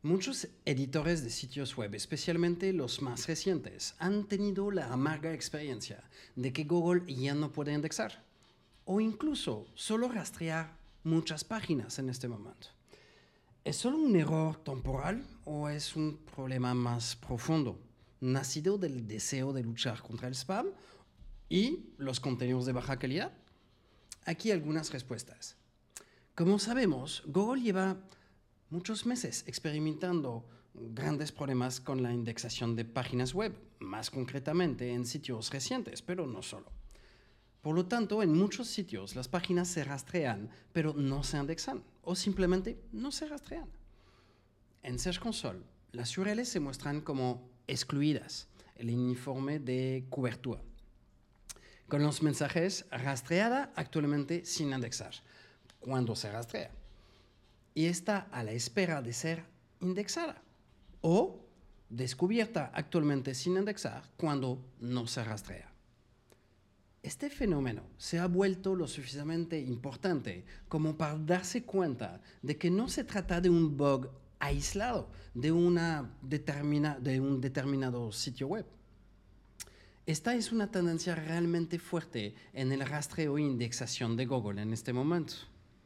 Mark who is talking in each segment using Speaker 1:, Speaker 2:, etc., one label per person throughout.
Speaker 1: Muchos editores de sitios web, especialmente los más recientes, han tenido la amarga experiencia de que Google ya no puede indexar o incluso solo rastrear muchas páginas en este momento. ¿Es solo un error temporal o es un problema más profundo, nacido del deseo de luchar contra el spam y los contenidos de baja calidad? Aquí algunas respuestas. Como sabemos, Google lleva muchos meses experimentando grandes problemas con la indexación de páginas web, más concretamente en sitios recientes, pero no solo. Por lo tanto, en muchos sitios las páginas se rastrean, pero no se indexan o simplemente no se rastrean. En Search Console, las URLs se muestran como excluidas, el informe de cobertura, con los mensajes rastreada actualmente sin indexar, cuando se rastrea, y está a la espera de ser indexada o descubierta actualmente sin indexar cuando no se rastrea. Este fenómeno se ha vuelto lo suficientemente importante como para darse cuenta de que no se trata de un bug aislado de un determinado sitio web. Esta es una tendencia realmente fuerte en el rastreo e indexación de Google en este momento.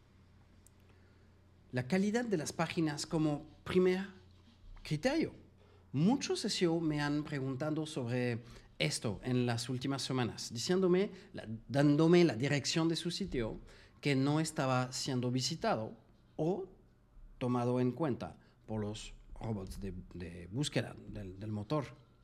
Speaker 1: La calidad de las páginas como primer criterio. Muchos SEO me han preguntado sobre esto en las últimas semanas, dándome la dirección de su sitio que no estaba siendo visitado o tomado en cuenta por los robots de búsqueda del motor.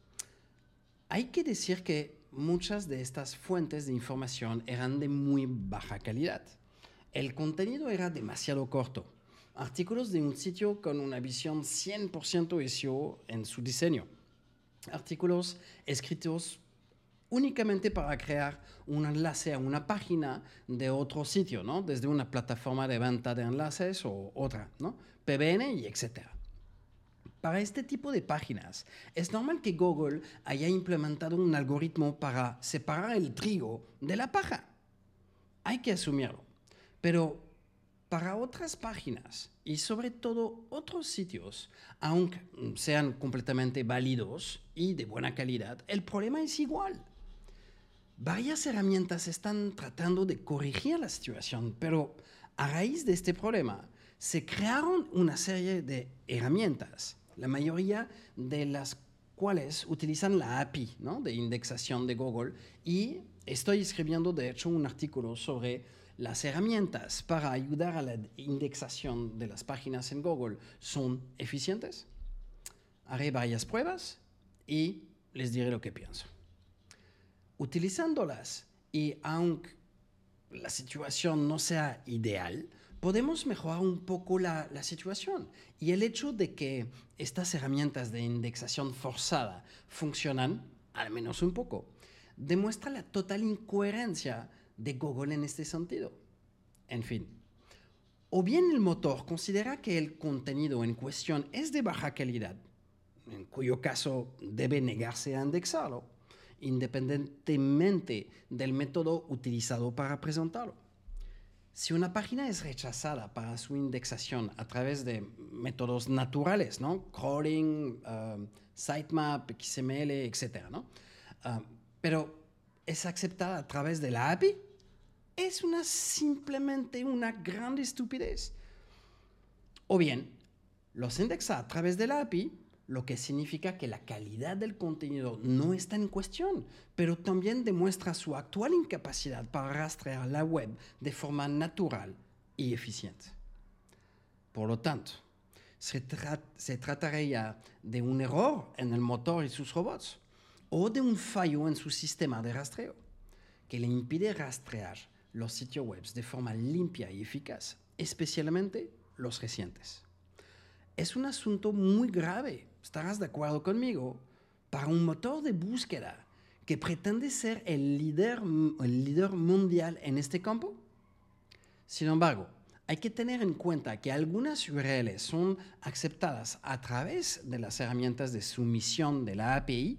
Speaker 1: Hay que decir que muchas de estas fuentes de información eran de muy baja calidad. El contenido era demasiado corto. Artículos de un sitio con una visión 100% SEO en su diseño. Artículos escritos únicamente para crear un enlace a una página de otro sitio, ¿no? Desde una plataforma de venta de enlaces o otra, ¿no? PBN y etc. Para este tipo de páginas, es normal que Google haya implementado un algoritmo para separar el trigo de la paja. Hay que asumirlo. Pero para otras páginas y sobre todo otros sitios, aunque sean completamente válidos y de buena calidad, el problema es igual. Varias herramientas están tratando de corregir la situación, pero a raíz de este problema se crearon una serie de herramientas, la mayoría de las cuales utilizan la API, ¿no?, de indexación de Google, y estoy escribiendo de hecho un artículo sobre las herramientas para ayudar a la indexación de las páginas en Google son eficientes. Haré varias pruebas y les diré lo que pienso. Utilizándolas y aunque la situación no sea ideal, podemos mejorar un poco la situación. Y el hecho de que estas herramientas de indexación forzada funcionan, al menos un poco, demuestra la total incoherencia de Google en este sentido. En fin, o bien el motor considera que el contenido en cuestión es de baja calidad, en cuyo caso debe negarse a indexarlo, independientemente del método utilizado para presentarlo. Si una página es rechazada para su indexación a través de métodos naturales, ¿no?, crawling, sitemap, XML, etc., ¿no?, pero es aceptada a través de la API, es simplemente una gran estupidez. O bien, los indexa a través de la API, lo que significa que la calidad del contenido no está en cuestión, pero también demuestra su actual incapacidad para rastrear la web de forma natural y eficiente. Por lo tanto, se trataría de un error en el motor y sus robots, o de un fallo en su sistema de rastreo, que le impide rastrear los sitios web de forma limpia y eficaz, especialmente los recientes. Es un asunto muy grave, estarás de acuerdo conmigo, para un motor de búsqueda que pretende ser el líder mundial en este campo. Sin embargo, hay que tener en cuenta que algunas URLs son aceptadas a través de las herramientas de sumisión de la API,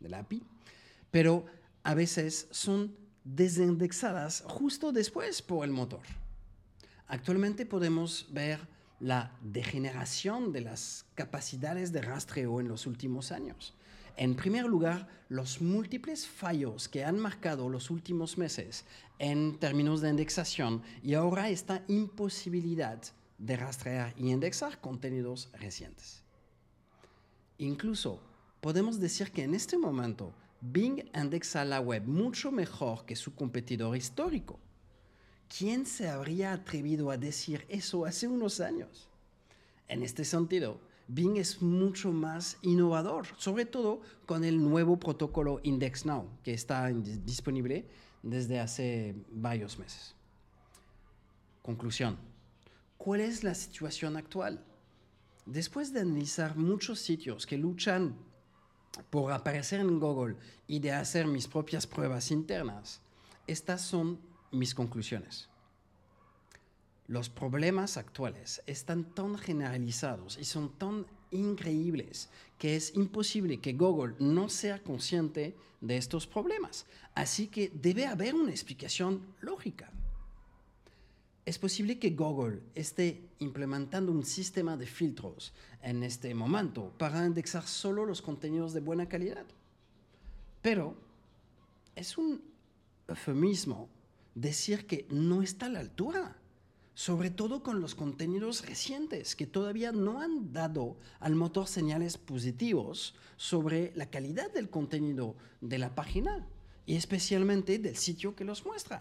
Speaker 1: pero a veces son desindexadas justo después por el motor. Actualmente podemos ver la degeneración de las capacidades de rastreo en los últimos años. En primer lugar, los múltiples fallos que han marcado los últimos meses en términos de indexación y ahora esta imposibilidad de rastrear y indexar contenidos recientes. Incluso podemos decir que en este momento Bing indexa la web mucho mejor que su competidor histórico. ¿Quién se habría atrevido a decir eso hace unos años? En este sentido, Bing es mucho más innovador, sobre todo con el nuevo protocolo IndexNow, que está disponible desde hace varios meses. Conclusión. ¿Cuál es la situación actual? Después de analizar muchos sitios que luchan por aparecer en Google y de hacer mis propias pruebas internas, estas son mis conclusiones. Los problemas actuales están tan generalizados y son tan increíbles que es imposible que Google no sea consciente de estos problemas. Así que debe haber una explicación lógica. Es posible que Google esté implementando un sistema de filtros en este momento para indexar solo los contenidos de buena calidad. Pero es un eufemismo decir que no está a la altura, sobre todo con los contenidos recientes que todavía no han dado al motor señales positivos sobre la calidad del contenido de la página y especialmente del sitio que los muestra.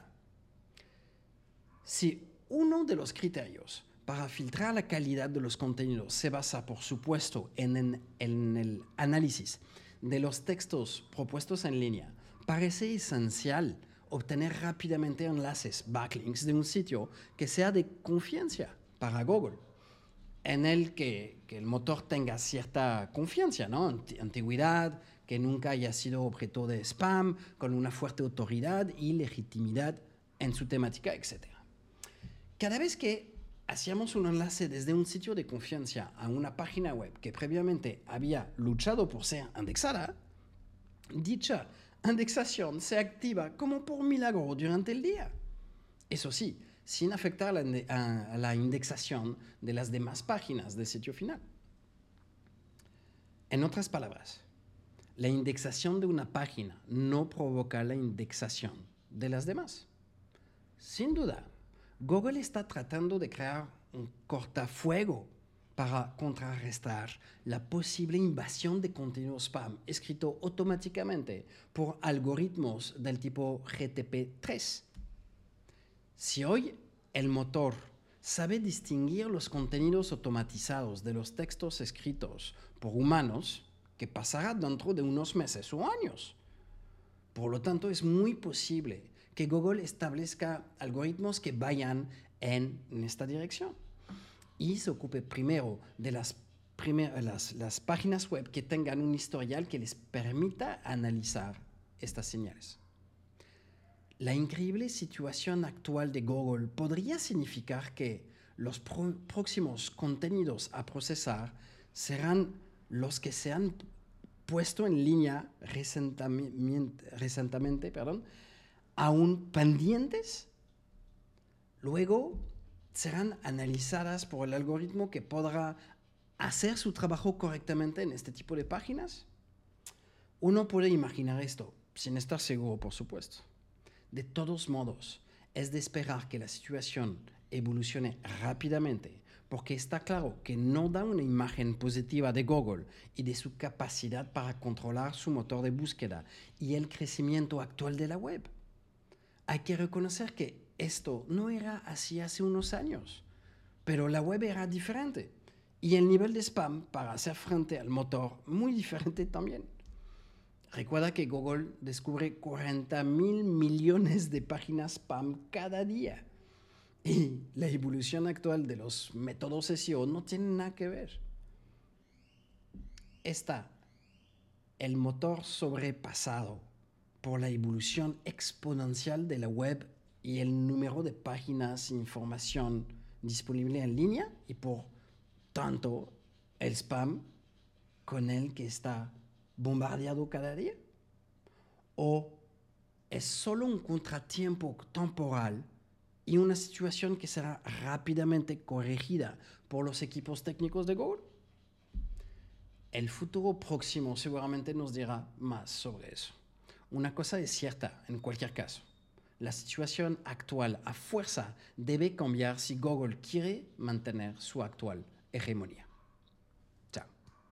Speaker 1: Si uno de los criterios para filtrar la calidad de los contenidos se basa, por supuesto, en el análisis de los textos propuestos en línea, parece esencial obtener rápidamente enlaces, backlinks de un sitio que sea de confianza para Google, en el que el motor tenga cierta confianza, ¿no? Antigüedad, que nunca haya sido objeto de spam, con una fuerte autoridad y legitimidad en su temática, etc. Cada vez que hacíamos un enlace desde un sitio de confianza a una página web que previamente había luchado por ser indexada, dicha indexación se activa como por milagro durante el día. Eso sí, sin afectar a la indexación de las demás páginas del sitio final. En otras palabras, la indexación de una página no provoca la indexación de las demás. Sin duda, Google está tratando de crear un cortafuego para contrarrestar la posible invasión de contenido spam escrito automáticamente por algoritmos del tipo GTP3. Si hoy el motor sabe distinguir los contenidos automatizados de los textos escritos por humanos, ¿qué pasará dentro de unos meses o años? Por lo tanto, es muy posible que Google establezca algoritmos que vayan en esta dirección y se ocupe primero de las páginas web que tengan un historial que les permita analizar estas señales. La increíble situación actual de Google podría significar que los próximos contenidos a procesar serán los que se han puesto en línea recientemente, aún pendientes, luego serán analizadas por el algoritmo que podrá hacer su trabajo correctamente en este tipo de páginas. Uno puede imaginar esto, sin estar seguro, por supuesto. De todos modos, es de esperar que la situación evolucione rápidamente, porque está claro que no da una imagen positiva de Google y de su capacidad para controlar su motor de búsqueda y el crecimiento actual de la web. Hay que reconocer que esto no era así hace unos años, pero la web era diferente y el nivel de spam para hacer frente al motor muy diferente también. Recuerda que Google descubre 40.000 millones de páginas spam cada día y la evolución actual de los métodos SEO no tiene nada que ver. Está el motor sobrepasado por la evolución exponencial de la web y el número de páginas e información disponible en línea y por tanto el spam con el que está bombardeado cada día. ¿O es solo un contratiempo temporal y una situación que será rápidamente corregida por los equipos técnicos de Google? El futuro próximo seguramente nos dirá más sobre eso. Una cosa es cierta en cualquier caso. La situación actual a fuerza debe cambiar si Google quiere mantener su actual hegemonía.